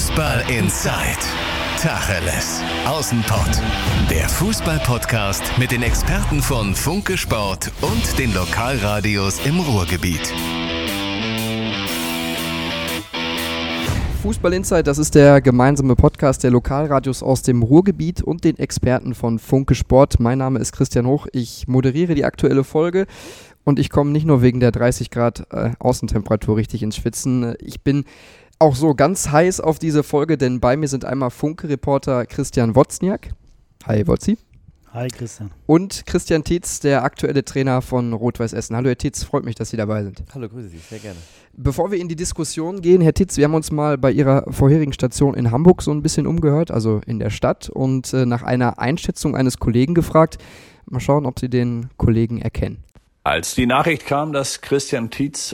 Fußball Inside. Tacheles. Außenpott. Der Fußball-Podcast mit den Experten von Funke Sport und den Lokalradios im Ruhrgebiet. Fußball Inside, das ist der gemeinsame Podcast der Lokalradios aus dem Ruhrgebiet und den Experten von Funke Sport. Mein Name ist Christian Hoch, ich moderiere die aktuelle Folge und ich komme nicht nur wegen der 30 Grad Außentemperatur richtig ins Schwitzen. Ich bin auch so ganz heiß auf diese Folge, denn bei mir sind einmal Funke-Reporter Christian Wozniak. Hi Wozzi. Hi Christian. Und Christian Tietz, der aktuelle Trainer von Rot-Weiß Essen. Hallo Herr Tietz, freut mich, dass Sie dabei sind. Hallo, grüße Sie, sehr gerne. Bevor wir in die Diskussion gehen, Herr Tietz, wir haben uns mal bei Ihrer vorherigen Station in Hamburg so ein bisschen umgehört, also in der Stadt, und nach einer Einschätzung eines Kollegen gefragt. Mal schauen, ob Sie den Kollegen erkennen. Als die Nachricht kam, dass Christian Tietz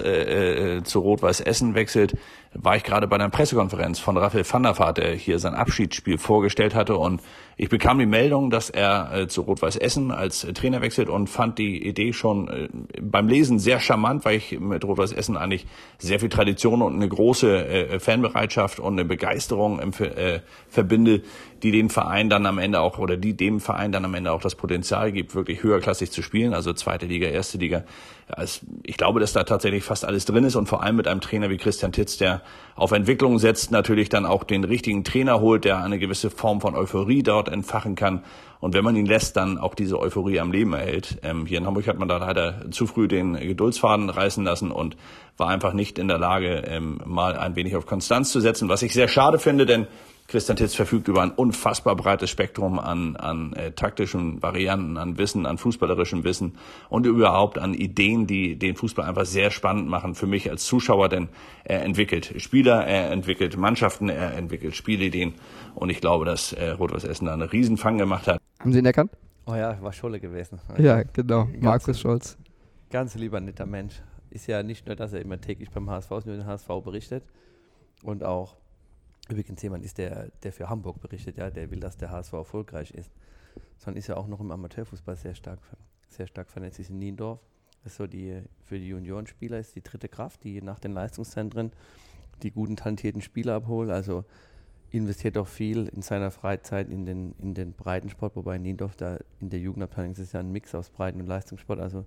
zu Rot-Weiß Essen wechselt, war ich gerade bei einer Pressekonferenz von Raphael van der Vaart, der hier sein Abschiedsspiel vorgestellt hatte, und ich bekam die Meldung, dass er zu Rot-Weiß Essen als Trainer wechselt und fand die Idee schon beim Lesen sehr charmant, weil ich mit Rot-Weiß Essen eigentlich sehr viel Tradition und eine große Fanbereitschaft und eine Begeisterung verbinde, die den Verein dann am Ende auch, oder die dem Verein dann am Ende auch das Potenzial gibt, wirklich höherklassig zu spielen, also zweite Liga, erste Liga. Also ich glaube, dass da tatsächlich fast alles drin ist, und vor allem mit einem Trainer wie Christian Tietz, der auf Entwicklung setzt, natürlich dann auch den richtigen Trainer holt, der eine gewisse Form von Euphorie dort entfachen kann. Und wenn man ihn lässt, dann auch diese Euphorie am Leben erhält. Hier in Hamburg hat man da leider zu früh den Geduldsfaden reißen lassen und war einfach nicht in der Lage, mal ein wenig auf Konstanz zu setzen, was ich sehr schade finde, denn Christian Tietz verfügt über ein unfassbar breites Spektrum an taktischen Varianten, an Wissen, an fußballerischem Wissen und überhaupt an Ideen, die den Fußball einfach sehr spannend machen für mich als Zuschauer, denn er entwickelt Spieler, er entwickelt Mannschaften, er entwickelt Spielideen, und ich glaube, dass Rot-Weiß Essen da einen Riesenfang gemacht hat. Haben Sie ihn erkannt? Oh ja, war Scholle gewesen. Ja, genau, Markus Scholz. Ganz lieber, netter Mensch. Ist ja nicht nur, dass er immer täglich beim HSV nur den HSV berichtet, und auch übrigens jemand ist, der für Hamburg berichtet, ja, der will, dass der HSV erfolgreich ist. Sondern ist ja auch noch im Amateurfußball sehr stark vernetzt. Ist in Niendorf. Das ist so für die Juniorenspieler ist die dritte Kraft, die nach den Leistungszentren die guten, talentierten Spieler abholt. Also investiert auch viel in seiner Freizeit in den Breitensport, wobei in Niendorf da in der Jugendabteilung ist es ja ein Mix aus Breiten- und Leistungssport. Also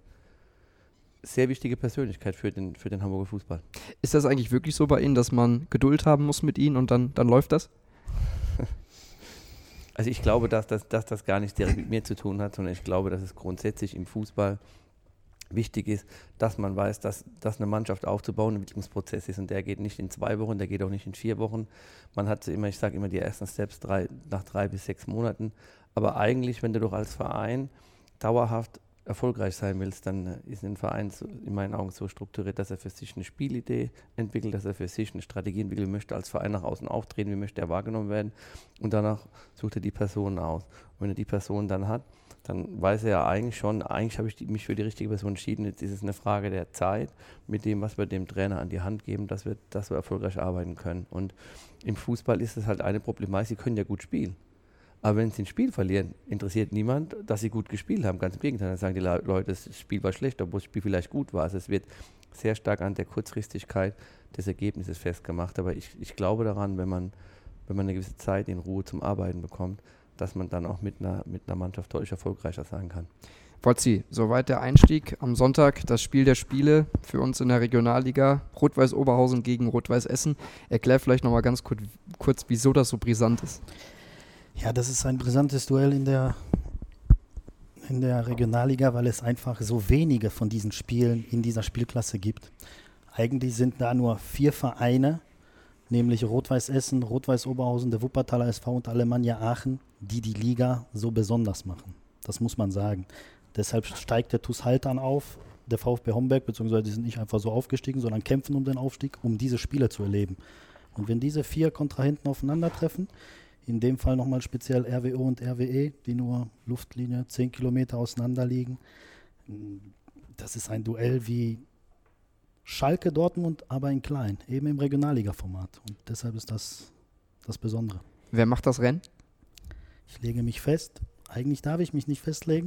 sehr wichtige Persönlichkeit für den Hamburger Fußball. Ist das eigentlich wirklich so bei Ihnen, dass man Geduld haben muss mit Ihnen und dann läuft das? Also ich glaube, dass das gar nicht direkt mit mir zu tun hat, sondern ich glaube, dass es grundsätzlich im Fußball wichtig ist, dass man weiß, dass eine Mannschaft aufzubauen ein Entwicklungsprozess ist, und der geht nicht in 2 Wochen, der geht auch nicht in 4 Wochen. Man hat immer, ich sage immer, die ersten Steps nach 3 bis 6 Monaten. Aber eigentlich, wenn du doch als Verein dauerhaft erfolgreich sein willst, dann ist ein Verein in meinen Augen so strukturiert, dass er für sich eine Spielidee entwickelt, dass er für sich eine Strategie entwickelt, wie möchte als Verein nach außen auftreten, wie möchte er wahrgenommen werden, und danach sucht er die Person aus. Und wenn er die Person dann hat, dann weiß er ja eigentlich habe ich mich für die richtige Person entschieden. Jetzt ist es eine Frage der Zeit mit dem, was wir dem Trainer an die Hand geben, dass wir erfolgreich arbeiten können. Und im Fußball ist es halt eine Problematik, sie können ja gut spielen. Aber wenn sie ein Spiel verlieren, interessiert niemand, dass sie gut gespielt haben. Ganz im Gegenteil, dann sagen die Leute, das Spiel war schlecht, obwohl das Spiel vielleicht gut war. Also es wird sehr stark an der Kurzfristigkeit des Ergebnisses festgemacht. Aber ich glaube daran, wenn man eine gewisse Zeit in Ruhe zum Arbeiten bekommt, dass man dann auch mit einer Mannschaft deutlich erfolgreicher sein kann. Wozzi, soweit der Einstieg am Sonntag, das Spiel der Spiele für uns in der Regionalliga, Rot-Weiß Oberhausen gegen Rot-Weiß Essen. Erklär vielleicht nochmal ganz kurz, wieso das so brisant ist. Ja, das ist ein brisantes Duell in der Regionalliga, weil es einfach so wenige von diesen Spielen in dieser Spielklasse gibt. Eigentlich sind da nur 4 Vereine, nämlich Rot-Weiß Essen, Rot-Weiß Oberhausen, der Wuppertaler SV und Alemannia Aachen, die Liga so besonders machen. Das muss man sagen. Deshalb steigt der TuS Haltern auf, der VfB Homberg, beziehungsweise die sind nicht einfach so aufgestiegen, sondern kämpfen um den Aufstieg, um diese Spiele zu erleben. Und wenn diese 4 Kontrahenten aufeinandertreffen, in dem Fall nochmal speziell RWO und RWE, die nur Luftlinie 10 Kilometer auseinander liegen. Das ist ein Duell wie Schalke Dortmund, aber in klein, eben im Regionalliga-Format. Und deshalb ist das Besondere. Wer macht das Rennen? Ich lege mich fest. Eigentlich darf ich mich nicht festlegen.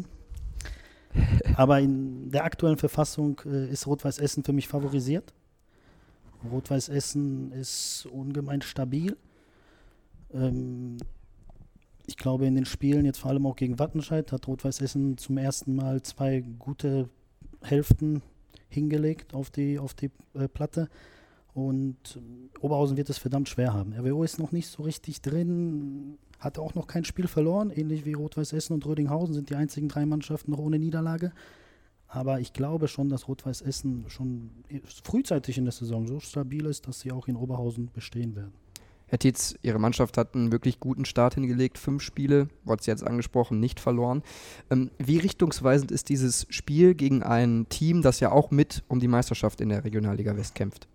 Aber in der aktuellen Verfassung ist Rot-Weiß Essen für mich favorisiert. Rot-Weiß Essen ist ungemein stabil. Ich glaube, in den Spielen, jetzt vor allem auch gegen Wattenscheid, hat Rot-Weiß Essen zum ersten Mal 2 gute Hälften hingelegt auf die Platte. Und Oberhausen wird es verdammt schwer haben. RWO ist noch nicht so richtig drin, hat auch noch kein Spiel verloren, ähnlich wie Rot-Weiß Essen und Rödinghausen sind die einzigen 3 Mannschaften noch ohne Niederlage. Aber ich glaube schon, dass Rot-Weiß Essen schon frühzeitig in der Saison so stabil ist, dass sie auch in Oberhausen bestehen werden. Herr Tietz, Ihre Mannschaft hat einen wirklich guten Start hingelegt, 5 Spiele, wurde es jetzt angesprochen, nicht verloren. Wie richtungsweisend ist dieses Spiel gegen ein Team, das ja auch mit um die Meisterschaft in der Regionalliga West kämpft?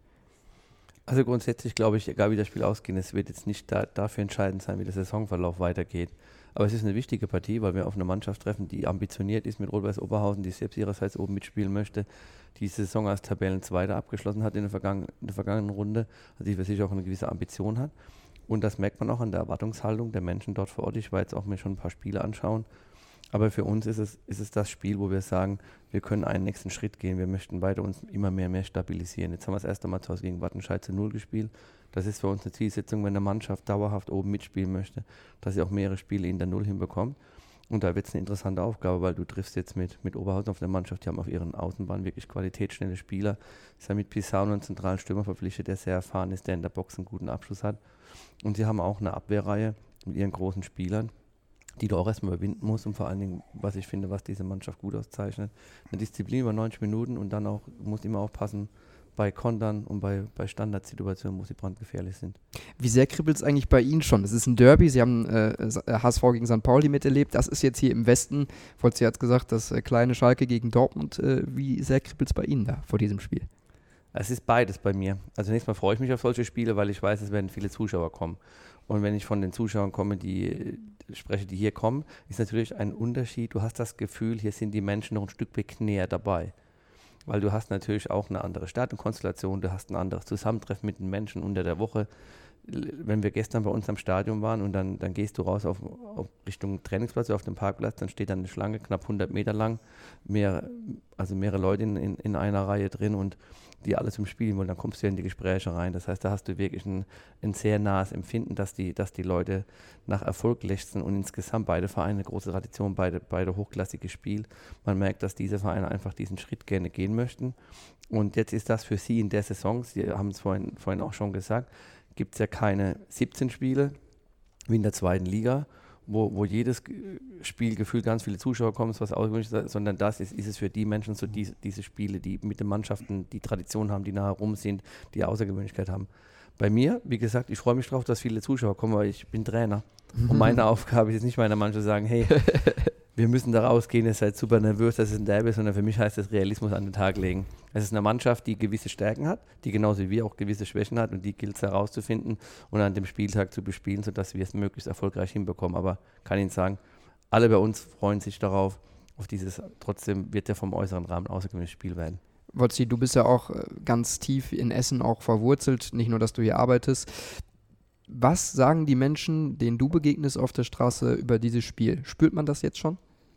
Also grundsätzlich glaube ich, egal wie das Spiel ausgeht, es wird jetzt nicht dafür entscheidend sein, wie der Saisonverlauf weitergeht. Aber es ist eine wichtige Partie, weil wir auf eine Mannschaft treffen, die ambitioniert ist mit Rot-Weiß Oberhausen, die selbst ihrerseits oben mitspielen möchte, die Saison als Tabellenzweiter abgeschlossen hat in der vergangenen Runde, also die für sich auch eine gewisse Ambition hat. Und das merkt man auch an der Erwartungshaltung der Menschen dort vor Ort. Ich war jetzt auch mir schon ein paar Spiele anschauen. Aber für uns ist es das Spiel, wo wir sagen, wir können einen nächsten Schritt gehen. Wir möchten beide uns immer mehr stabilisieren. Jetzt haben wir das erste Mal zu Hause gegen Wattenscheid zu 0 gespielt. Das ist für uns eine Zielsetzung, wenn eine Mannschaft dauerhaft oben mitspielen möchte, dass sie auch mehrere Spiele in der Null hinbekommt. Und da wird es eine interessante Aufgabe, weil du triffst jetzt mit Oberhausen auf eine Mannschaft, die haben auf ihren Außenbahnen wirklich qualitätsschnelle Spieler. Ist ja mit Pisau einen zentralen Stürmer verpflichtet, der sehr erfahren ist, der in der Box einen guten Abschluss hat. Und sie haben auch eine Abwehrreihe mit ihren großen Spielern, die du auch erstmal überwinden musst und vor allen Dingen, was ich finde, was diese Mannschaft gut auszeichnet, eine Disziplin über 90 Minuten und dann auch, musst immer aufpassen, bei Kontern und bei Standardsituationen, wo sie brandgefährlich sind. Wie sehr kribbelt es eigentlich bei Ihnen schon? Es ist ein Derby, Sie haben HSV gegen St. Pauli miterlebt, das ist jetzt hier im Westen, Volzi hat es gesagt, das kleine Schalke gegen Dortmund. Wie sehr kribbelt es bei Ihnen da vor diesem Spiel? Es ist beides bei mir. Also zunächst mal freue ich mich auf solche Spiele, weil ich weiß, es werden viele Zuschauer kommen. Und wenn ich von den Zuschauern komme, die hier kommen, ist natürlich ein Unterschied. Du hast das Gefühl, hier sind die Menschen noch ein Stück weit näher dabei. Weil du hast natürlich auch eine andere Stadionkonstellation, du hast ein anderes Zusammentreffen mit den Menschen unter der Woche. Wenn wir gestern bei uns am Stadion waren und dann gehst du raus auf Richtung Trainingsplatz, auf dem Parkplatz, dann steht da eine Schlange, knapp 100 Meter lang, mehrere Leute in einer Reihe drin und die alle zum Spielen wollen, dann kommst du in die Gespräche rein. Das heißt, da hast du wirklich ein sehr nahes Empfinden, dass die Leute nach Erfolg lechzen und insgesamt beide Vereine eine große Tradition, beide hochklassige Spiel. Man merkt, dass diese Vereine einfach diesen Schritt gerne gehen möchten. Und jetzt ist das für sie in der Saison, Sie haben es vorhin auch schon gesagt, gibt es ja keine 17 Spiele wie in der zweiten Liga, wo jedes Spiel gefühlt ganz viele Zuschauer kommen, was außergewöhnlich ist, sondern das ist es für die Menschen so diese Spiele, die mit den Mannschaften die Tradition haben, die nahe rum sind, die Außergewöhnlichkeit haben. Bei mir, wie gesagt, ich freue mich drauf, dass viele Zuschauer kommen, weil ich bin Trainer. Und meine Aufgabe ist jetzt nicht meiner Mannschaft zu sagen, hey, wir müssen da rausgehen, ihr seid super nervös, das ist ein Derby, sondern für mich heißt das Realismus an den Tag legen. Es ist eine Mannschaft, die gewisse Stärken hat, die genauso wie wir auch gewisse Schwächen hat und die gilt es herauszufinden und an dem Spieltag zu bespielen, sodass wir es möglichst erfolgreich hinbekommen. Aber kann Ihnen sagen, alle bei uns freuen sich darauf, auf dieses, trotzdem wird ja vom äußeren Rahmen ein außergewöhnliches Spiel werden. Volzi, du bist ja auch ganz tief in Essen auch verwurzelt, nicht nur, dass du hier arbeitest. Was sagen die Menschen, denen du begegnest auf der Straße über dieses Spiel? Spürt man das jetzt schon?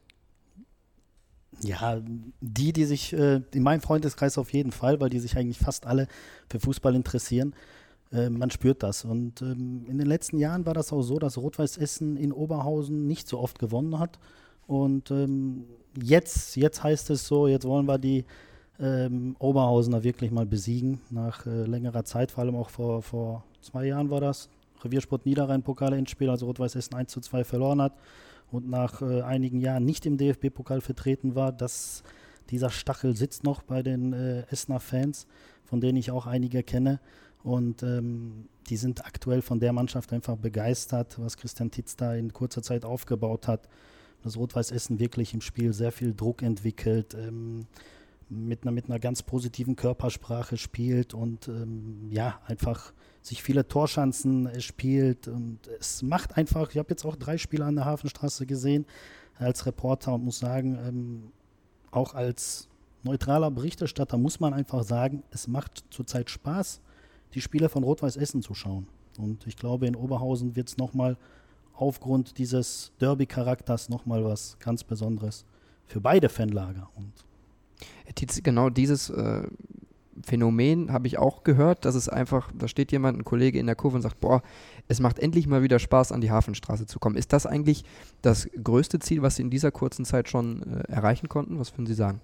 Ja, die sich in meinem Freundeskreis auf jeden Fall, weil die sich eigentlich fast alle für Fußball interessieren. Man spürt das. Und in den letzten Jahren war das auch so, dass Rot-Weiß Essen in Oberhausen nicht so oft gewonnen hat. Und jetzt heißt es so, jetzt wollen wir die Oberhausener wirklich mal besiegen, nach längerer Zeit, vor allem auch vor 2 Jahren war das. Reviersport Niederrhein-Pokal-Endspiel, also Rot-Weiß Essen 1:2 verloren hat und nach einigen Jahren nicht im DFB-Pokal vertreten war. Dieser Stachel sitzt noch bei den Essener Fans, von denen ich auch einige kenne. Und die sind aktuell von der Mannschaft einfach begeistert, was Christian Tietz da in kurzer Zeit aufgebaut hat. Dass Rot-Weiß Essen wirklich im Spiel sehr viel Druck entwickelt, mit einer ganz positiven Körpersprache spielt und einfach sich viele Torchancen spielt und es macht einfach, ich habe jetzt auch 3 Spiele an der Hafenstraße gesehen als Reporter und muss sagen, auch als neutraler Berichterstatter muss man einfach sagen, es macht zurzeit Spaß, die Spiele von Rot-Weiß Essen zu schauen und ich glaube, in Oberhausen wird es nochmal aufgrund dieses Derby-Charakters nochmal was ganz Besonderes für beide Fanlager. Und Herr Tietz, genau dieses Phänomen, habe ich auch gehört, dass es einfach, da steht jemand, ein Kollege in der Kurve und sagt, boah, es macht endlich mal wieder Spaß, an die Hafenstraße zu kommen. Ist das eigentlich das größte Ziel, was Sie in dieser kurzen Zeit schon erreichen konnten? Was würden Sie sagen?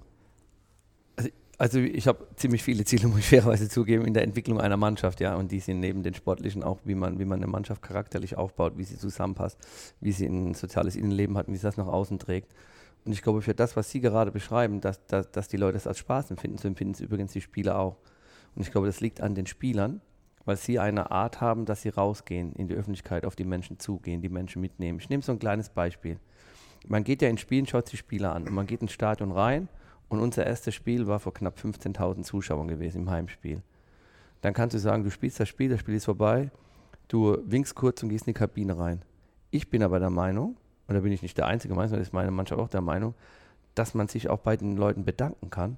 Also ich habe ziemlich viele Ziele, muss ich fairerweise zugeben, in der Entwicklung einer Mannschaft, ja, und die sind neben den sportlichen auch, wie man eine Mannschaft charakterlich aufbaut, wie sie zusammenpasst, wie sie ein soziales Innenleben hat, wie sie das nach außen trägt. Und ich glaube, für das, was Sie gerade beschreiben, dass die Leute es als Spaß empfinden, so empfinden es übrigens die Spieler auch. Und ich glaube, das liegt an den Spielern, weil sie eine Art haben, dass sie rausgehen in die Öffentlichkeit, auf die Menschen zugehen, die Menschen mitnehmen. Ich nehme so ein kleines Beispiel. Man geht ja in Spielen, schaut sich Spieler an und man geht ins Stadion rein. Und unser erstes Spiel war vor knapp 15.000 Zuschauern gewesen im Heimspiel. Dann kannst du sagen, du spielst das Spiel ist vorbei, du winkst kurz und gehst in die Kabine rein. Ich bin aber der Meinung, und da bin ich nicht der Einzige, sondern ist meine Mannschaft auch der Meinung, dass man sich auch bei den Leuten bedanken kann,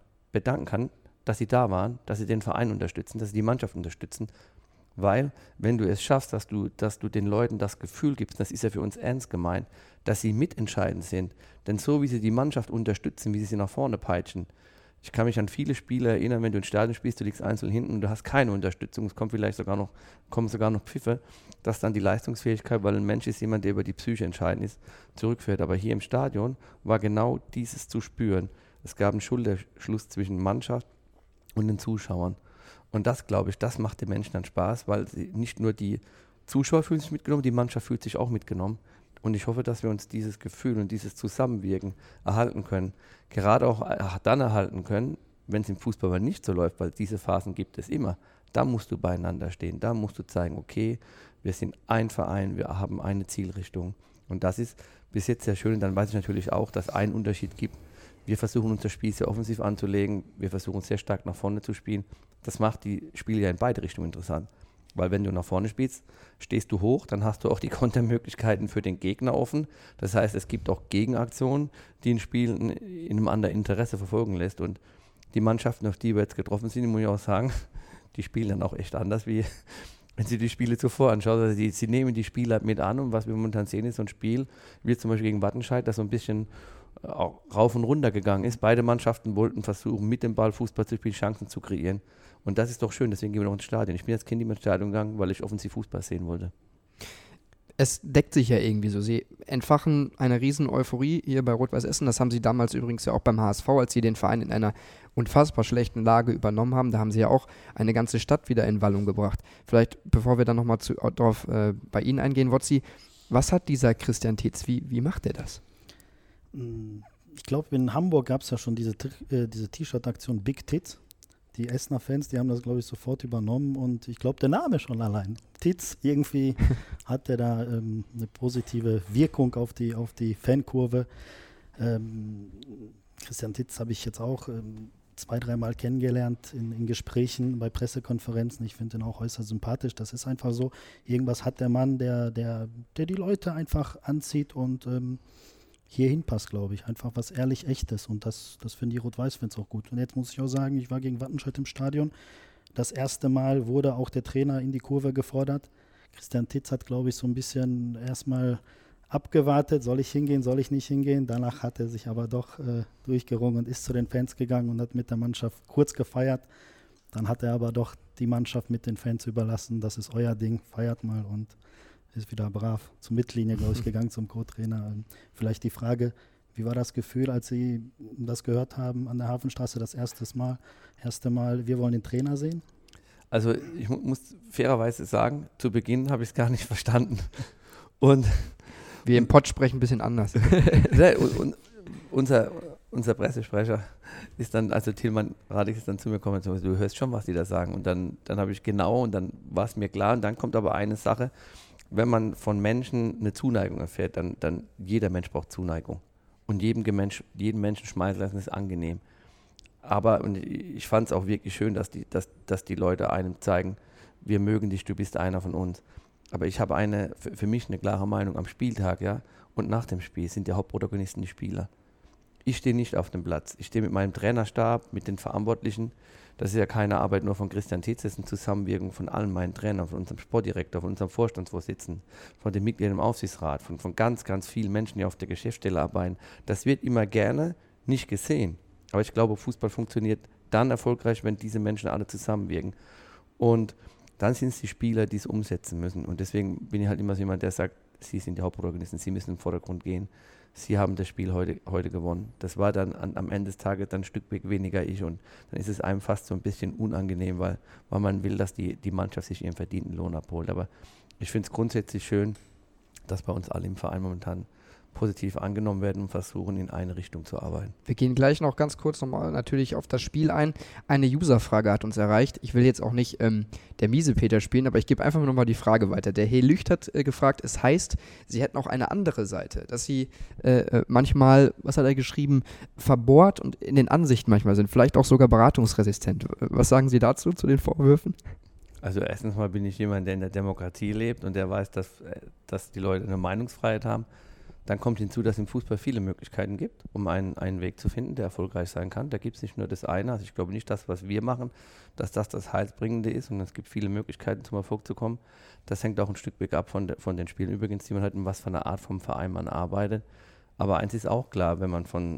dass sie da waren, dass sie den Verein unterstützen, dass sie die Mannschaft unterstützen. Weil, wenn du es schaffst, dass du den Leuten das Gefühl gibst, das ist ja für uns ernst gemeint, dass sie mitentscheidend sind. Denn so wie sie die Mannschaft unterstützen, wie sie nach vorne peitschen. Ich kann mich an viele Spiele erinnern, wenn du ins Stadion spielst, du liegst einzeln hinten und du hast keine Unterstützung, es kommen sogar noch Pfiffe, dass dann die Leistungsfähigkeit, weil ein Mensch ist jemand, der über die Psyche entscheidend ist, zurückfährt. Aber hier im Stadion war genau dieses zu spüren. Es gab einen Schulterschluss zwischen Mannschaft und den Zuschauern. Und das, glaube ich, das macht den Menschen dann Spaß, weil nicht nur die Zuschauer fühlen sich mitgenommen, die Mannschaft fühlt sich auch mitgenommen. Und ich hoffe, dass wir uns dieses Gefühl und dieses Zusammenwirken erhalten können. Gerade auch dann erhalten können, wenn es im Fußball mal nicht so läuft, weil diese Phasen gibt es immer. Da musst du beieinander stehen, da musst du zeigen, okay, wir sind ein Verein, wir haben eine Zielrichtung. Und das ist bis jetzt sehr schön. Und dann weiß ich natürlich auch, dass es einen Unterschied gibt. Wir versuchen unser Spiel sehr offensiv anzulegen, wir versuchen sehr stark nach vorne zu spielen. Das macht die Spiele ja in beide Richtungen interessant. Weil wenn du nach vorne spielst, stehst du hoch, dann hast du auch die Kontermöglichkeiten für den Gegner offen. Das heißt, es gibt auch Gegenaktionen, die ein Spiel in einem anderen Interesse verfolgen lässt. Und die Mannschaften, auf die wir jetzt getroffen sind, muss ich auch sagen, die spielen dann auch echt anders, wie wenn sie die Spiele zuvor anschauen. Also sie nehmen die Spiele halt mit an und was wir momentan sehen, ist so ein Spiel, wie zum Beispiel gegen Wattenscheid, das so ein bisschen auch rauf und runter gegangen ist. Beide Mannschaften wollten versuchen, mit dem Ball Fußball zu spielen, Chancen zu kreieren. Und das ist doch schön, deswegen gehen wir noch ins Stadion. Ich bin als Kind immer ins Stadion gegangen, weil ich offensiv Fußball sehen wollte. Es deckt sich ja irgendwie so. Sie entfachen eine riesen Euphorie hier bei Rot-Weiß Essen. Das haben sie damals übrigens ja auch beim HSV, als sie den Verein in einer unfassbar schlechten Lage übernommen haben. Da haben sie ja auch eine ganze Stadt wieder in Wallung gebracht. Vielleicht, bevor wir dann nochmal darauf bei Ihnen eingehen, Wotzi, was hat dieser Christian Titz? Wie macht er das? Ich glaube, in Hamburg gab es ja schon diese T-Shirt-Aktion Big Tits. Die Essener Fans, die haben das, glaube ich, sofort übernommen und ich glaube, der Name schon allein. Titz, irgendwie hat der da eine positive Wirkung auf die Fankurve. Christian Titz habe ich jetzt auch 2-3 Mal kennengelernt in Gesprächen, bei Pressekonferenzen. Ich finde ihn auch äußerst sympathisch. Das ist einfach so, irgendwas hat der Mann, der die Leute einfach anzieht und hierhin passt, glaube ich. Einfach was ehrlich Echtes und das finden die Rot-Weiß-Fans auch gut. Und jetzt muss ich auch sagen, ich war gegen Wattenscheid im Stadion. Das erste Mal wurde auch der Trainer in die Kurve gefordert. Christian Titz hat, glaube ich, so ein bisschen erstmal abgewartet, soll ich hingehen, soll ich nicht hingehen. Danach hat er sich aber doch durchgerungen und ist zu den Fans gegangen und hat mit der Mannschaft kurz gefeiert. Dann hat er aber doch die Mannschaft mit den Fans überlassen. Das ist euer Ding, feiert mal und ist wieder brav zur Mittellinie, glaube ich, gegangen zum Co-Trainer. Vielleicht die Frage, wie war das Gefühl, als Sie das gehört haben an der Hafenstraße das erste Mal, wir wollen den Trainer sehen? Also ich muss fairerweise sagen, zu Beginn habe ich es gar nicht verstanden. Und wir im Pott sprechen ein bisschen anders. und unser Pressesprecher ist dann, also Tilman Radig ist dann zu mir gekommen und gesagt, du hörst schon, was die da sagen. Und dann habe ich genau und dann war es mir klar. Und dann kommt aber eine Sache, wenn man von Menschen eine Zuneigung erfährt, dann jeder Mensch braucht Zuneigung. Und jedem Menschen schmeißen lassen ist angenehm. Aber und ich fand es auch wirklich schön, dass die Leute einem zeigen, wir mögen dich, du bist einer von uns. Aber ich habe für mich eine klare Meinung am Spieltag, ja, und nach dem Spiel sind die Hauptprotagonisten die Spieler. Ich stehe nicht auf dem Platz. Ich stehe mit meinem Trainerstab, mit den Verantwortlichen. Das ist ja keine Arbeit nur von Christian Titz, das ist eine Zusammenwirkung von allen meinen Trainern, von unserem Sportdirektor, von unserem Vorstandsvorsitzenden, von den Mitgliedern im Aufsichtsrat, von ganz, ganz vielen Menschen, die auf der Geschäftsstelle arbeiten. Das wird immer gerne nicht gesehen. Aber ich glaube, Fußball funktioniert dann erfolgreich, wenn diese Menschen alle zusammenwirken. Und dann sind es die Spieler, die es umsetzen müssen. Und deswegen bin ich halt immer so jemand, der sagt, Sie sind die Hauptprotagonisten, Sie müssen im Vordergrund gehen. Sie haben das Spiel heute gewonnen. Das war dann am Ende des Tages dann ein Stück weit weniger ich. Und dann ist es einem fast so ein bisschen unangenehm, weil man will, dass die Mannschaft sich ihren verdienten Lohn abholt. Aber ich finde es grundsätzlich schön, dass bei uns alle im Verein momentan positiv angenommen werden und versuchen, in eine Richtung zu arbeiten. Wir gehen gleich noch ganz kurz nochmal natürlich auf das Spiel ein. Eine Userfrage hat uns erreicht. Ich will jetzt auch nicht der Miesepeter spielen, aber ich gebe einfach nochmal die Frage weiter. Der Herr Lücht hat gefragt, es heißt, Sie hätten auch eine andere Seite, dass Sie manchmal, was hat er geschrieben, verbohrt und in den Ansichten manchmal sind, vielleicht auch sogar beratungsresistent. Was sagen Sie dazu, zu den Vorwürfen? Also erstens mal bin ich jemand, der in der Demokratie lebt und der weiß, dass die Leute eine Meinungsfreiheit haben. Dann kommt hinzu, dass es im Fußball viele Möglichkeiten gibt, um einen Weg zu finden, der erfolgreich sein kann. Da gibt es nicht nur das eine. Also ich glaube nicht, dass was wir machen, dass das Heilsbringende ist. Und es gibt viele Möglichkeiten, zum Erfolg zu kommen. Das hängt auch ein Stück weg ab von den Spielen übrigens, die man halt in was für einer Art vom Verein man arbeitet. Aber eins ist auch klar, wenn man von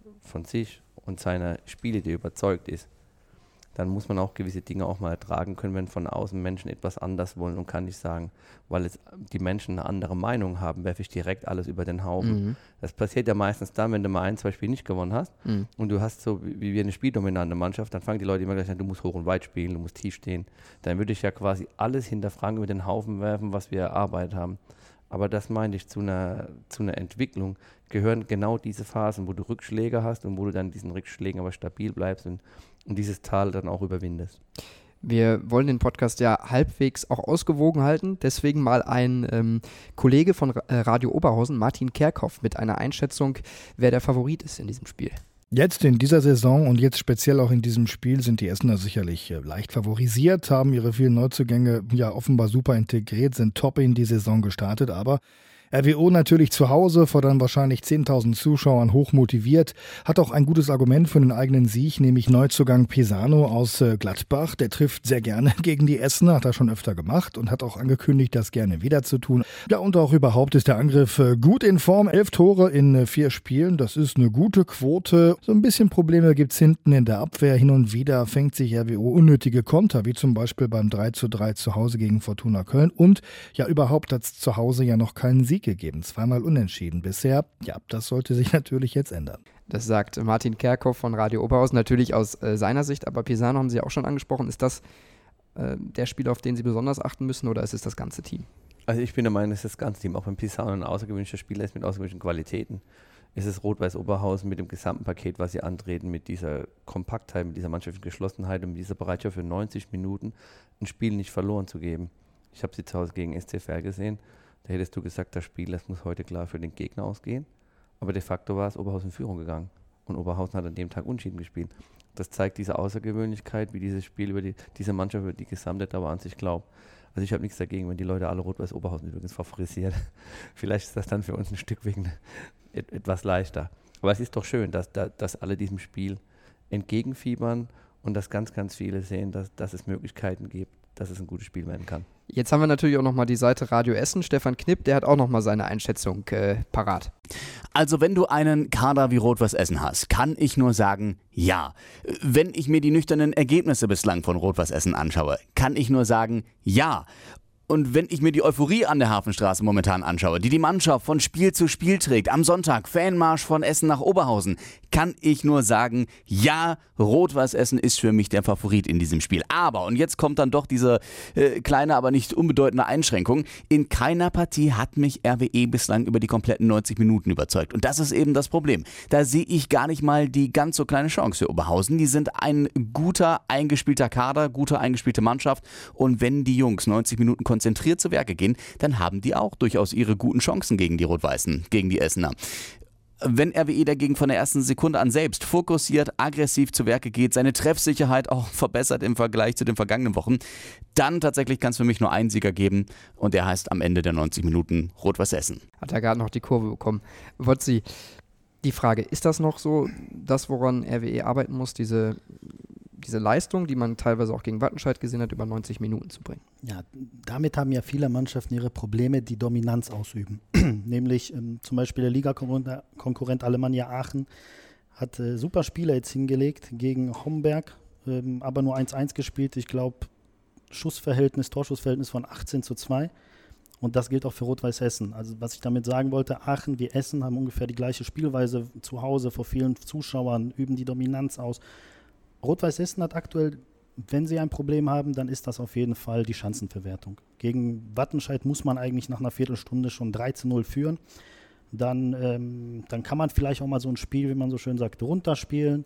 sich und seiner Spielidee überzeugt ist, dann muss man auch gewisse Dinge auch mal ertragen können, wenn von außen Menschen etwas anders wollen und kann nicht sagen, weil jetzt die Menschen eine andere Meinung haben, werfe ich direkt alles über den Haufen. Mhm. Das passiert ja meistens dann, wenn du mal 1, 2 Spiele nicht gewonnen hast und du hast so wie wir eine spieldominante Mannschaft, dann fangen die Leute immer gleich an, du musst hoch und weit spielen, du musst tief stehen. Dann würde ich ja quasi alles hinterfragen, über den Haufen werfen, was wir erarbeitet haben. Aber das meine ich, zu einer Entwicklung gehören genau diese Phasen, wo du Rückschläge hast und wo du dann diesen Rückschlägen aber stabil bleibst und dieses Tal dann auch überwindest. Wir wollen den Podcast ja halbwegs auch ausgewogen halten, deswegen mal ein Kollege von Radio Oberhausen, Martin Kerkhoff, mit einer Einschätzung, wer der Favorit ist in diesem Spiel. Jetzt in dieser Saison und jetzt speziell auch in diesem Spiel sind die Essener sicherlich leicht favorisiert, haben ihre vielen Neuzugänge ja offenbar super integriert, sind top in die Saison gestartet, aber RWO natürlich zu Hause, vor dann wahrscheinlich 10.000 Zuschauern, hoch motiviert, hat auch ein gutes Argument für den eigenen Sieg, nämlich Neuzugang Pisano aus Gladbach. Der trifft sehr gerne gegen die Essener, hat er schon öfter gemacht und hat auch angekündigt, das gerne wieder zu tun. Ja, und auch überhaupt ist der Angriff gut in Form. 11 Tore in 4 Spielen, das ist eine gute Quote. So ein bisschen Probleme gibt's hinten in der Abwehr. Hin und wieder fängt sich RWO unnötige Konter, wie zum Beispiel beim 3:3 zu Hause gegen Fortuna Köln. Und ja, überhaupt hat's zu Hause ja noch keinen Sieg gegeben. 2-mal unentschieden bisher. Ja, das sollte sich natürlich jetzt ändern. Das sagt Martin Kerkhoff von Radio Oberhausen, natürlich aus seiner Sicht, aber Pisano haben Sie auch schon angesprochen. Ist das der Spieler, auf den Sie besonders achten müssen, oder ist es das ganze Team? Also ich bin der Meinung, es ist das ganze Team, auch wenn Pisano ein außergewöhnlicher Spieler ist mit außergewöhnlichen Qualitäten. Es ist Rot-Weiß Oberhausen mit dem gesamten Paket, was sie antreten, mit dieser Kompaktheit, mit dieser mannschaftlichen Geschlossenheit und mit dieser Bereitschaft für 90 Minuten ein Spiel nicht verloren zu geben. Ich habe sie zu Hause gegen SCFR gesehen. Da hättest du gesagt, das Spiel, das muss heute klar für den Gegner ausgehen. Aber de facto war es Oberhausen in Führung gegangen. Und Oberhausen hat an dem Tag unentschieden gespielt. Das zeigt diese Außergewöhnlichkeit, wie dieses Spiel über diese Mannschaft über die gesamte Dauer an sich glaubt. Also ich habe nichts dagegen, wenn die Leute alle Rot-Weiß Oberhausen übrigens favorisieren. Vielleicht ist das dann für uns ein Stück wegen etwas leichter. Aber es ist doch schön, dass alle diesem Spiel entgegenfiebern und dass ganz, ganz viele sehen, dass es Möglichkeiten gibt, dass es ein gutes Spiel werden kann. Jetzt haben wir natürlich auch nochmal die Seite Radio Essen. Stefan Knipp, der hat auch nochmal seine Einschätzung parat. Also wenn du einen Kader wie Rot-Weiß Essen hast, kann ich nur sagen, ja. Wenn ich mir die nüchternen Ergebnisse bislang von Rot-Weiß Essen anschaue, kann ich nur sagen, ja. Und wenn ich mir die Euphorie an der Hafenstraße momentan anschaue, die Mannschaft von Spiel zu Spiel trägt, am Sonntag Fanmarsch von Essen nach Oberhausen, kann ich nur sagen, ja, Rot-Weiß Essen ist für mich der Favorit in diesem Spiel. Aber, und jetzt kommt dann doch diese kleine, aber nicht unbedeutende Einschränkung, in keiner Partie hat mich RWE bislang über die kompletten 90 Minuten überzeugt. Und das ist eben das Problem. Da sehe ich gar nicht mal die ganz so kleine Chance für Oberhausen. Die sind ein guter, eingespielter Kader, gute, eingespielte Mannschaft. Und wenn die Jungs 90 Minuten konzentriert zu Werke gehen, dann haben die auch durchaus ihre guten Chancen gegen die Rot-Weißen, gegen die Essener. Wenn RWE dagegen von der ersten Sekunde an selbst fokussiert, aggressiv zu Werke geht, seine Treffsicherheit auch verbessert im Vergleich zu den vergangenen Wochen, dann tatsächlich kann es für mich nur einen Sieger geben und der heißt am Ende der 90 Minuten Rot-Weiß Essen. Hat er gerade noch die Kurve bekommen. Wotzi, die Frage, ist das noch so das, woran RWE arbeiten muss, diese Leistung, die man teilweise auch gegen Wattenscheid gesehen hat, über 90 Minuten zu bringen? Ja, damit haben ja viele Mannschaften ihre Probleme, die Dominanz ausüben. Nämlich zum Beispiel der Ligakonkurrent Alemannia Aachen hat super Spieler jetzt hingelegt gegen Homberg, aber nur 1-1 gespielt. Ich glaube, Torschussverhältnis von 18:2. Und das gilt auch für Rot-Weiß Essen. Also was ich damit sagen wollte, Aachen wie Essen haben ungefähr die gleiche Spielweise zu Hause vor vielen Zuschauern, üben die Dominanz aus. Rot-Weiß Essen hat aktuell, wenn sie ein Problem haben, dann ist das auf jeden Fall die Chancenverwertung. Gegen Wattenscheid muss man eigentlich nach einer Viertelstunde schon 13-0 führen. Dann kann man vielleicht auch mal so ein Spiel, wie man so schön sagt, runterspielen.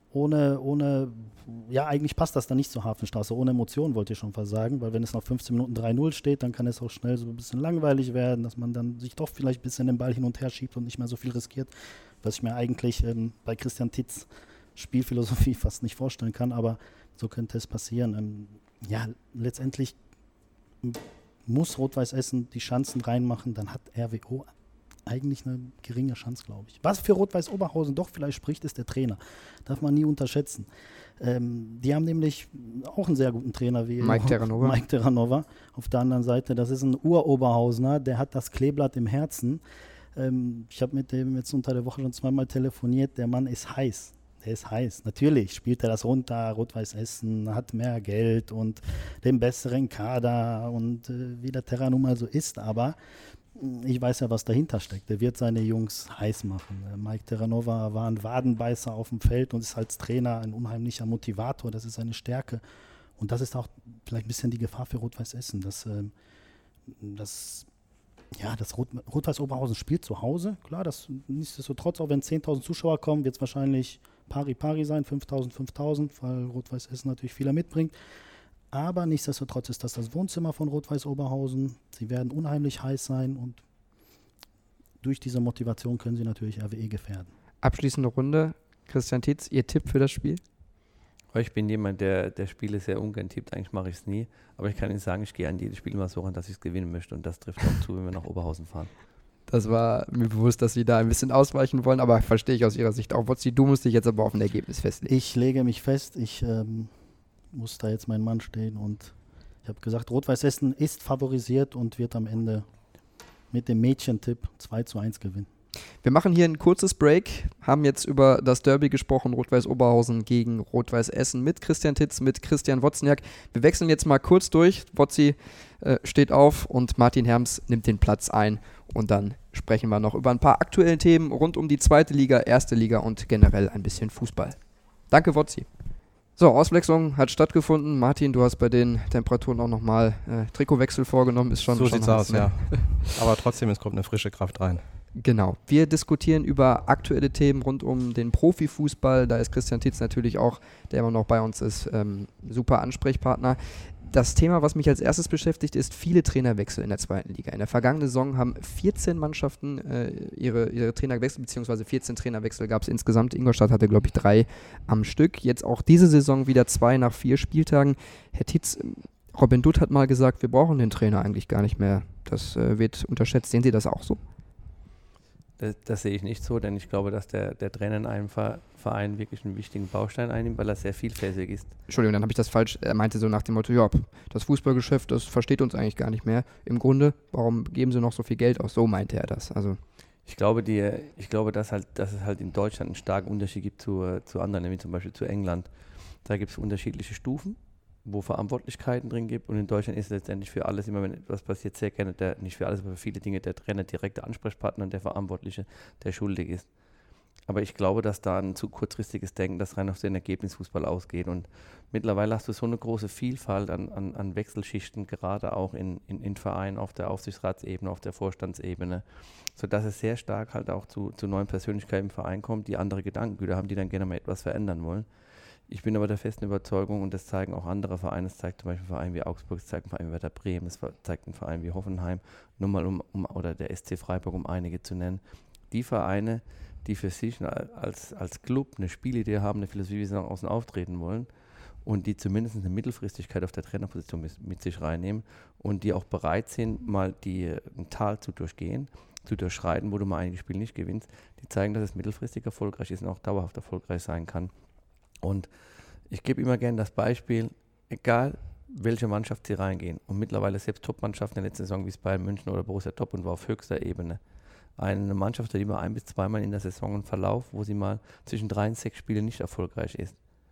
Eigentlich passt das dann nicht zur Hafenstraße, ohne Emotionen wollte ich schon fast sagen, weil wenn es nach 15 Minuten 3-0 steht, dann kann es auch schnell so ein bisschen langweilig werden, dass man dann sich doch vielleicht ein bisschen den Ball hin und her schiebt und nicht mehr so viel riskiert, was ich mir eigentlich bei Christian Titz Spielphilosophie fast nicht vorstellen kann, aber so könnte es passieren. Letztendlich muss Rot-Weiß Essen die Chancen reinmachen, dann hat RWO eigentlich eine geringe Chance, glaube ich. Was für Rot-Weiß Oberhausen doch vielleicht spricht, ist der Trainer. Darf man nie unterschätzen. Die haben nämlich auch einen sehr guten Trainer wie Mike Terranova. Auf der anderen Seite, das ist ein Ur-Oberhausener, der hat das Kleeblatt im Herzen. Ich habe mit dem jetzt unter der Woche schon zweimal telefoniert. Der Mann ist heiß. Der ist heiß. Natürlich spielt er das runter, Rot-Weiß Essen hat mehr Geld und den besseren Kader und wie der Terra nun mal so ist, aber ich weiß ja, was dahinter steckt. Der wird seine Jungs heiß machen. Mike Terranova war ein Wadenbeißer auf dem Feld und ist als Trainer ein unheimlicher Motivator. Das ist seine Stärke. Und das ist auch vielleicht ein bisschen die Gefahr für Rot-Weiß Essen. Das Rot-Weiß Oberhausen spielt zu Hause. Klar, nichtsdestotrotz, auch wenn 10.000 Zuschauer kommen, wird es wahrscheinlich pari sein, 5.000, weil Rot-Weiß Essen natürlich viele mitbringt. Aber nichtsdestotrotz ist das Wohnzimmer von Rot-Weiß Oberhausen. Sie werden unheimlich heiß sein und durch diese Motivation können sie natürlich RWE gefährden. Abschließende Runde. Christian Titz, Ihr Tipp für das Spiel? Ich bin jemand, der Spiele sehr ungern tippt. Eigentlich mache ich es nie. Aber ich kann Ihnen sagen, ich gehe an jedes Spiel mal so ran, dass ich es gewinnen möchte. Und das trifft auch zu, wenn wir nach Oberhausen fahren. Das war mir bewusst, dass Sie da ein bisschen ausweichen wollen, aber verstehe ich aus Ihrer Sicht auch. Wotzi, du musst dich jetzt aber auf ein Ergebnis festlegen. Ich lege mich fest, ich muss da jetzt mein Mann stehen und ich habe gesagt, Rot-Weiß Essen ist favorisiert und wird am Ende mit dem Mädchentipp 2:1 gewinnen. Wir machen hier ein kurzes Break, haben jetzt über das Derby gesprochen, Rot-Weiß Oberhausen gegen Rot-Weiß Essen mit Christian Titz, mit Christian Wozniak. Wir wechseln jetzt mal kurz durch. Wotzi steht auf und Martin Herms nimmt den Platz ein und dann sprechen wir noch über ein paar aktuelle Themen rund um die 2. Liga, 1. Liga und generell ein bisschen Fußball. Danke, Wotzi. So, Auswechslung hat stattgefunden. Martin, du hast bei den Temperaturen auch nochmal Trikotwechsel vorgenommen. Ist schon, so schon sieht's aus, ja. Aber trotzdem, es kommt eine frische Kraft rein. Genau. Wir diskutieren über aktuelle Themen rund um den Profifußball. Da ist Christian Titz natürlich auch, der immer noch bei uns ist, super Ansprechpartner. Das Thema, was mich als erstes beschäftigt, ist viele Trainerwechsel in der 2. Liga. In der vergangenen Saison haben 14 Mannschaften ihre Trainer gewechselt, beziehungsweise 14 Trainerwechsel gab es insgesamt. Ingolstadt hatte, glaube ich, 3 am Stück. Jetzt auch diese Saison wieder 2 nach 4 Spieltagen. Herr Titz, Robin Dutt hat mal gesagt, wir brauchen den Trainer eigentlich gar nicht mehr. Das wird unterschätzt. Sehen Sie das auch so? Das sehe ich nicht so, denn ich glaube, dass der Trainer in einem Verein wirklich einen wichtigen Baustein einnimmt, weil er sehr vielfältig ist. Entschuldigung, dann habe ich das falsch. Er meinte so nach dem Motto, ja, das Fußballgeschäft, das versteht uns eigentlich gar nicht mehr. Im Grunde, warum geben sie noch so viel Geld aus? So meinte er das. Also ich glaube, dass es halt in Deutschland einen starken Unterschied gibt zu anderen, nämlich zum Beispiel zu England. Da gibt es unterschiedliche Stufen, wo Verantwortlichkeiten drin gibt, und in Deutschland ist letztendlich für alles, immer wenn etwas passiert, sehr gerne nicht für alles, aber für viele Dinge der Trainer direkter Ansprechpartner und der Verantwortliche, der schuldig ist. Aber ich glaube, dass da ein zu kurzfristiges Denken, das rein auf den Ergebnisfußball ausgeht, und mittlerweile hast du so eine große Vielfalt an Wechselschichten, gerade auch in Vereinen, auf der Aufsichtsratsebene, auf der Vorstandsebene, sodass es sehr stark halt auch zu neuen Persönlichkeiten im Verein kommt, die andere Gedankengüter haben, die dann gerne mal etwas verändern wollen. Ich bin aber der festen Überzeugung, und das zeigen auch andere Vereine, es zeigt zum Beispiel ein Verein wie Augsburg, es zeigt ein Verein wie Werder Bremen, es zeigt ein Verein wie Hoffenheim, nur mal oder der SC Freiburg, um einige zu nennen. Die Vereine, die für sich als Club eine Spielidee haben, eine Philosophie, wie sie nach außen auftreten wollen, und die zumindest eine Mittelfristigkeit auf der Trainerposition mit sich reinnehmen und die auch bereit sind, mal ein Tal zu durchschreiten, wo du mal einige Spiele nicht gewinnst, die zeigen, dass es mittelfristig erfolgreich ist und auch dauerhaft erfolgreich sein kann. Und ich gebe immer gerne das Beispiel, egal welche Mannschaft sie reingehen, und mittlerweile selbst Top-Mannschaften in der letzten Saison wie es Bayern München oder Borussia Dortmund war auf höchster Ebene. Eine Mannschaft hat immer 1 bis 2 Mal in der Saison einen Verlauf, wo sie mal zwischen 3 und 6 Spielen nicht erfolgreich ist.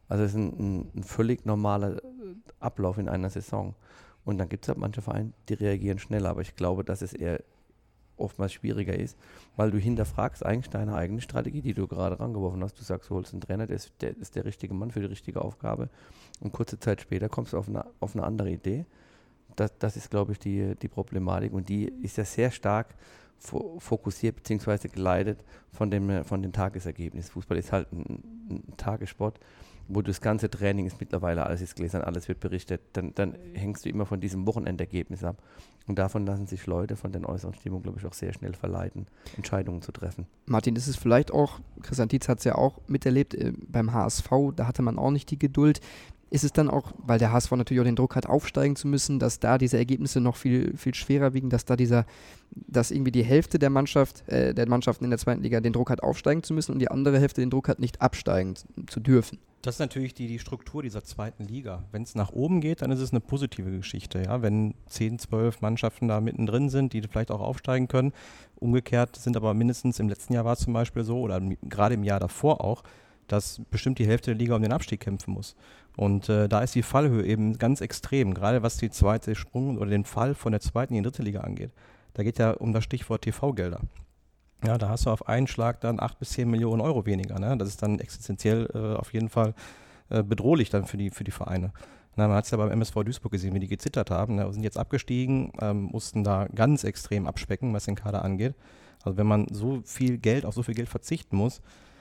Also es ist ein völlig normaler Ablauf in einer Saison. Und dann gibt es halt manche Vereine, die reagieren schneller, aber ich glaube, dass es eher oftmals schwieriger ist, weil du hinterfragst eigentlich deine eigene Strategie, die du gerade rangeworfen hast. Du sagst, du holst einen Trainer, der ist der richtige Mann für die richtige Aufgabe, und kurze Zeit später kommst du auf eine andere Idee. Das ist, glaube ich, die Problematik, und die ist ja sehr stark fokussiert bzw. geleitet von den Tagesergebnissen. Fußball ist halt ein Tagessport, wo das ganze Training ist mittlerweile, alles ist gelesen, alles wird berichtet, dann hängst du immer von diesem Wochenendergebnis ab. Und davon lassen sich Leute von den äußeren Stimmungen, glaube ich, auch sehr schnell verleiten, Entscheidungen zu treffen. Martin, ist es vielleicht auch, Christian Tietz hat es ja auch miterlebt beim HSV, da hatte man auch nicht die Geduld. Ist es dann auch, weil der HSV natürlich auch den Druck hat, aufsteigen zu müssen, dass da diese Ergebnisse noch viel, viel schwerer wiegen, dass irgendwie die Hälfte der Mannschaften in der zweiten Liga den Druck hat, aufsteigen zu müssen, und die andere Hälfte den Druck hat, nicht absteigen zu dürfen? Das ist natürlich die Struktur dieser zweiten Liga. Wenn es nach oben geht, dann ist es eine positive Geschichte. Ja? Wenn 10, 12 Mannschaften da mittendrin sind, die vielleicht auch aufsteigen können. Umgekehrt sind aber mindestens im letzten Jahr war es zum Beispiel so, oder gerade im Jahr davor auch, dass bestimmt die Hälfte der Liga um den Abstieg kämpfen muss. Und da ist die Fallhöhe eben ganz extrem, gerade was die zweite Sprung oder den Fall von der zweiten in die dritte Liga angeht. Da geht ja um das Stichwort TV-Gelder. Ja, da hast du auf einen Schlag dann 8 bis 10 Millionen Euro weniger. Ne? Das ist dann existenziell auf jeden Fall bedrohlich dann für die Vereine. Na, man hat es ja beim MSV Duisburg gesehen, wie die gezittert haben. Ne? Sind jetzt abgestiegen, mussten da ganz extrem abspecken, was den Kader angeht. Also wenn man so viel Geld auf so viel Geld verzichten muss,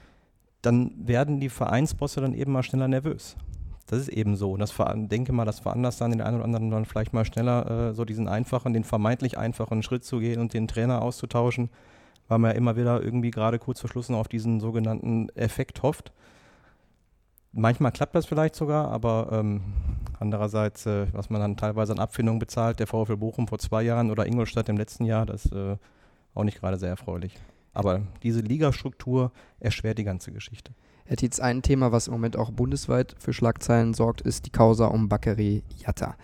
dann werden die Vereinsbosse dann eben mal schneller nervös. Das ist eben so. Und das denke mal, das veranlasst dann den einen oder anderen dann vielleicht mal schneller so den vermeintlich einfachen Schritt zu gehen und den Trainer auszutauschen, weil man ja immer wieder irgendwie gerade kurz vor Schluss noch auf diesen sogenannten Effekt hofft. Manchmal klappt das vielleicht sogar, aber andererseits, was man dann teilweise an Abfindungen bezahlt, der VfL Bochum vor 2 Jahren oder Ingolstadt im letzten Jahr, das ist auch nicht gerade sehr erfreulich. Aber diese Ligastruktur erschwert die ganze Geschichte. Herr Tietz, ein Thema, was im Moment auch bundesweit für Schlagzeilen sorgt, ist die Causa um Bakary Jatta.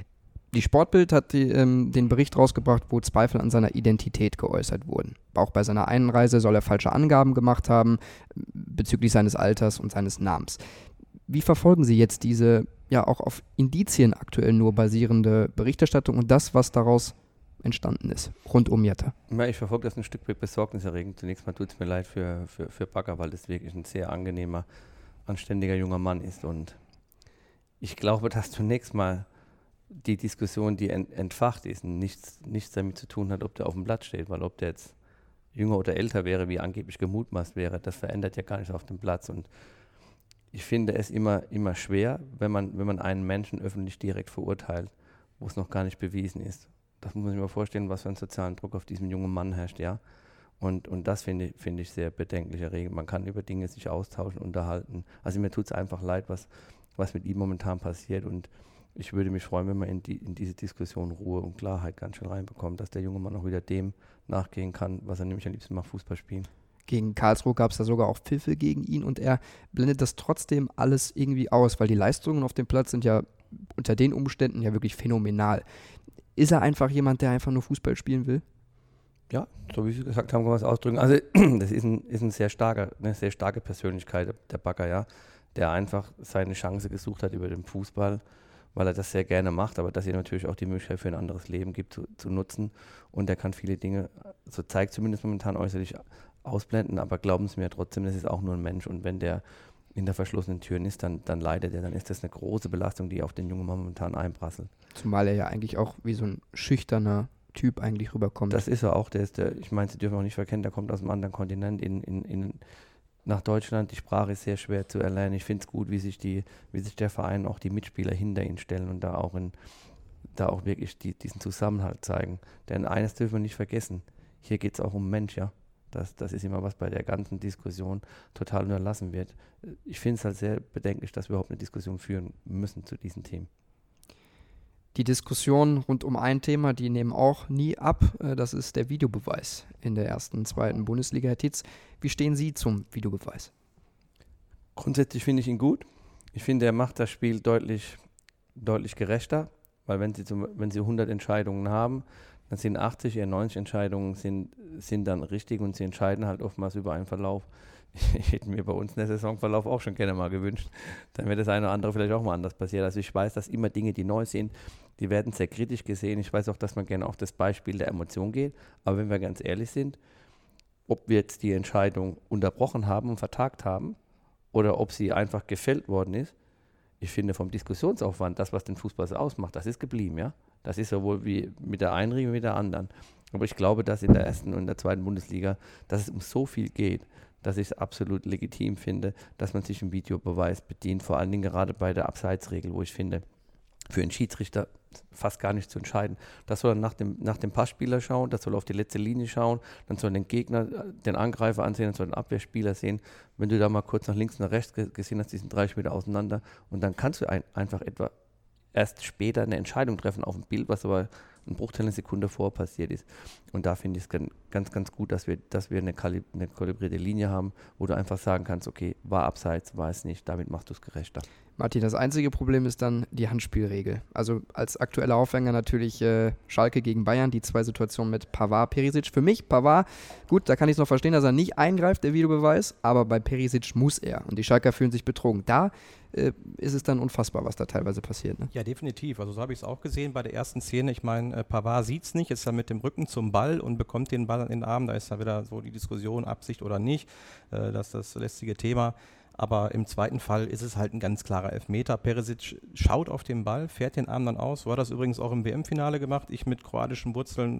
Die Sportbild hat den Bericht rausgebracht, wo Zweifel an seiner Identität geäußert wurden. Auch bei seiner Einreise soll er falsche Angaben gemacht haben bezüglich seines Alters und seines Namens. Wie verfolgen Sie jetzt diese ja auch auf Indizien aktuell nur basierende Berichterstattung und das, was daraus entstanden ist, rund um Jatta? Ja, ich verfolge das ein Stück weit besorgniserregend. Zunächst mal tut es mir leid für Bakker, weil das wirklich ein sehr angenehmer, anständiger junger Mann ist. Und ich glaube, dass zunächst mal die Diskussion, die entfacht ist, nichts damit zu tun hat, ob der auf dem Blatt steht, weil ob der jetzt jünger oder älter wäre, wie angeblich gemutmaßt wäre, das verändert ja gar nichts auf dem Platz. Und ich finde es immer schwer, wenn man einen Menschen öffentlich direkt verurteilt, wo es noch gar nicht bewiesen ist. Das muss man sich mal vorstellen, was für einen sozialen Druck auf diesen jungen Mann herrscht, ja. Und das finde ich sehr bedenklich erregend. Man kann über Dinge sich austauschen, unterhalten. Also mir tut es einfach leid, was mit ihm momentan passiert. Und ich würde mich freuen, wenn man in diese Diskussion Ruhe und Klarheit ganz schön reinbekommt, dass der junge Mann auch wieder dem nachgehen kann, was er nämlich am liebsten macht, Fußball spielen. Gegen Karlsruhe gab es da sogar auch Pfiffe gegen ihn und er blendet das trotzdem alles irgendwie aus, weil die Leistungen auf dem Platz sind ja unter den Umständen ja wirklich phänomenal. Ist er einfach jemand, der einfach nur Fußball spielen will? Ja, so wie Sie gesagt haben, kann man es ausdrücken. Also das ist eine sehr starke Persönlichkeit, der Bakker, ja, der einfach seine Chance gesucht hat über den Fußball, weil er das sehr gerne macht, aber dass er natürlich auch die Möglichkeit für ein anderes Leben gibt, zu nutzen. Und er kann viele Dinge, so zeigt zumindest momentan äußerlich, ausblenden, aber glauben Sie mir trotzdem, das ist auch nur ein Mensch. Und wenn der in der verschlossenen Türen ist, dann leidet er, dann ist das eine große Belastung, die auf den jungen Mann momentan einprasselt. Zumal er ja eigentlich auch wie so ein schüchterner Typ eigentlich rüberkommt. Das ist er auch, ich meine, Sie dürfen auch nicht verkennen, der kommt aus einem anderen Kontinent nach Deutschland. Die Sprache ist sehr schwer zu erlernen. Ich finde es gut, wie sich der Verein, auch die Mitspieler hinter ihn stellen und da auch wirklich diesen Zusammenhalt zeigen. Denn eines dürfen wir nicht vergessen, hier geht es auch um Mensch, ja. Das ist immer was bei der ganzen Diskussion total unterlassen wird. Ich finde es halt sehr bedenklich, dass wir überhaupt eine Diskussion führen müssen zu diesen Themen. Die Diskussion rund um ein Thema, die nehmen auch nie ab. Das ist der Videobeweis in der ersten, zweiten Bundesliga. Herr Tietz, wie stehen Sie zum Videobeweis? Grundsätzlich finde ich ihn gut. Ich finde, er macht das Spiel deutlich gerechter, weil wenn Sie 100 Entscheidungen haben, dann sind 80, eher 90 Entscheidungen sind dann richtig und sie entscheiden halt oftmals über einen Verlauf, ich hätte mir bei uns in der Saisonverlauf auch schon gerne mal gewünscht, dann wäre das eine oder andere vielleicht auch mal anders passiert. Also ich weiß, dass immer Dinge, die neu sind, die werden sehr kritisch gesehen. Ich weiß auch, dass man gerne auf das Beispiel der Emotion geht. Aber wenn wir ganz ehrlich sind, ob wir jetzt die Entscheidung unterbrochen haben und vertagt haben oder ob sie einfach gefällt worden ist, ich finde vom Diskussionsaufwand, das, was den Fußball so ausmacht, das ist geblieben, ja. Das ist sowohl wie mit der einen wie mit der anderen. Aber ich glaube, dass in der ersten und der zweiten Bundesliga, dass es um so viel geht, dass ich es absolut legitim finde, dass man sich im Videobeweis bedient, vor allen Dingen gerade bei der Abseitsregel, wo ich finde, für einen Schiedsrichter fast gar nicht zu entscheiden. Das soll er nach dem Passspieler schauen, das soll er auf die letzte Linie schauen, dann soll den Gegner, den Angreifer ansehen, dann soll den Abwehrspieler sehen. Wenn du da mal kurz nach links, nach rechts gesehen hast, die sind 30 Meter auseinander und dann kannst du einfach etwa erst später eine Entscheidung treffen auf dem Bild, was aber ein Bruchteil einer Sekunde vor passiert ist. Und da finde ich es ganz, ganz gut, dass wir eine kalibrierte Linie haben, wo du einfach sagen kannst, okay, war abseits, war es nicht, damit machst du es gerechter. Martin, das einzige Problem ist dann die Handspielregel. Also als aktueller Aufhänger natürlich Schalke gegen Bayern, die 2 Situationen mit Pavard, Perisic. Für mich, Pavard, gut, da kann ich es noch verstehen, dass er nicht eingreift, der Videobeweis, aber bei Perisic muss er. Und die Schalker fühlen sich betrogen. Da ist es dann unfassbar, was da teilweise passiert. Ne? Ja, definitiv. Also so habe ich es auch gesehen bei der ersten Szene. Ich meine, Pavard sieht es nicht, ist dann mit dem Rücken zum Ball und bekommt den Ball in den Arm. Da ist dann wieder so die Diskussion, Absicht oder nicht. Das ist das lästige Thema. Aber im zweiten Fall ist es halt ein ganz klarer Elfmeter. Perisic schaut auf den Ball, fährt den Arm dann aus. So hat das übrigens auch im WM-Finale gemacht. Ich mit kroatischen Wurzeln,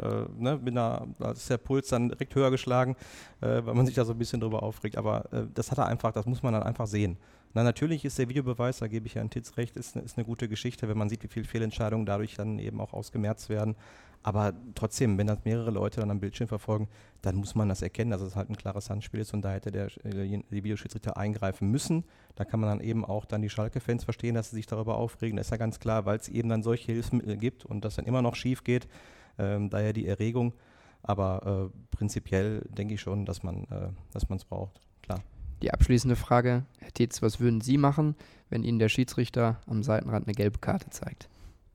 da ist der Puls dann direkt höher geschlagen, weil man sich da so ein bisschen drüber aufregt. Aber das muss man dann einfach sehen. Na, natürlich ist der Videobeweis, da gebe ich ja an Titz recht, ist eine gute Geschichte, wenn man sieht, wie viele Fehlentscheidungen dadurch dann eben auch ausgemerzt werden. Aber trotzdem, wenn das mehrere Leute dann am Bildschirm verfolgen, dann muss man das erkennen, dass es halt ein klares Handspiel ist und da hätte die Videoschiedsrichter eingreifen müssen. Da kann man dann eben auch dann die Schalke-Fans verstehen, dass sie sich darüber aufregen. Das ist ja ganz klar, weil es eben dann solche Hilfsmittel gibt und das dann immer noch schief geht, daher die Erregung. Aber prinzipiell denke ich schon, dass man es braucht, klar. Die abschließende Frage, Herr Tietz, was würden Sie machen, wenn Ihnen der Schiedsrichter am Seitenrand eine gelbe Karte zeigt?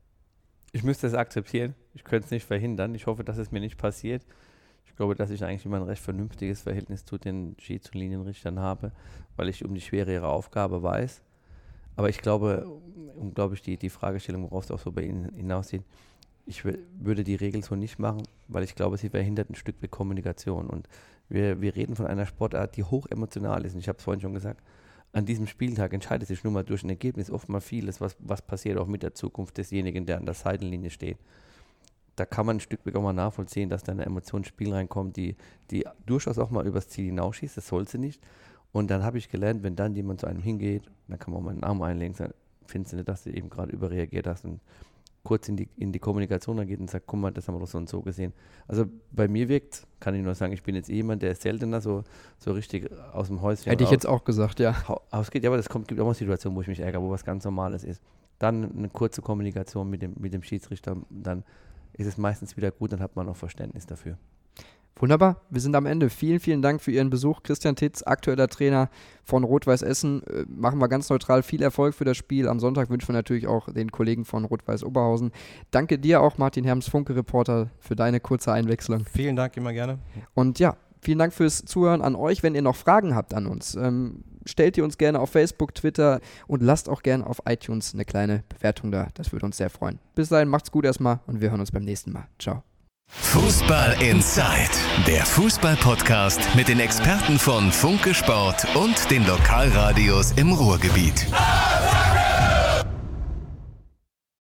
Ich müsste es akzeptieren. Ich könnte es nicht verhindern. Ich hoffe, dass es mir nicht passiert. Ich glaube, dass ich eigentlich immer ein recht vernünftiges Verhältnis zu den Schieds- und Linienrichtern habe, weil ich um die Schwere ihrer Aufgabe weiß. Aber ich glaube, die Fragestellung, worauf es auch so bei Ihnen hinaussieht, ich würde die Regel so nicht machen, weil ich glaube, sie verhindert ein Stück weit Kommunikation. Und wir reden von einer Sportart, die hoch emotional ist. Und ich habe es vorhin schon gesagt, an diesem Spieltag entscheidet sich nun mal durch ein Ergebnis oft mal vieles, was passiert auch mit der Zukunft desjenigen, der an der Seitenlinie steht. Da kann man ein Stück weit auch mal nachvollziehen, dass da eine Emotion ins Spiel reinkommt, die durchaus auch mal übers Ziel hinausschießt, das soll sie nicht. Und dann habe ich gelernt, wenn dann jemand zu einem hingeht, dann kann man auch mal einen Arm einlegen, sagen, findest du nicht, dass du eben gerade überreagiert hast und kurz in die Kommunikation dann geht und sagt, guck mal, das haben wir doch so und so gesehen. Also bei mir wirkt, kann ich nur sagen, ich bin jetzt jemand, der seltener so richtig aus dem Häuschen Hätte ich jetzt auch gesagt, ja. Ausgeht, ja, aber gibt auch mal Situationen, wo ich mich ärgere, wo was ganz Normales ist. Dann eine kurze Kommunikation mit dem Schiedsrichter, dann ist es meistens wieder gut, dann hat man auch Verständnis dafür. Wunderbar, wir sind am Ende. Vielen, vielen Dank für Ihren Besuch. Christian Titz, aktueller Trainer von Rot-Weiß Essen. Machen wir ganz neutral viel Erfolg für das Spiel. Am Sonntag wünschen wir natürlich auch den Kollegen von Rot-Weiß Oberhausen. Danke dir auch, Martin Herms, Funke-Reporter, für deine kurze Einwechslung. Vielen Dank, immer gerne. Und ja, vielen Dank fürs Zuhören an euch. Wenn ihr noch Fragen habt an uns, stellt ihr uns gerne auf Facebook, Twitter und lasst auch gerne auf iTunes eine kleine Bewertung da. Das würde uns sehr freuen. Bis dahin, macht's gut erstmal und wir hören uns beim nächsten Mal. Ciao. Fußball Inside, der Fußball-Podcast mit den Experten von Funke Sport und den Lokalradios im Ruhrgebiet.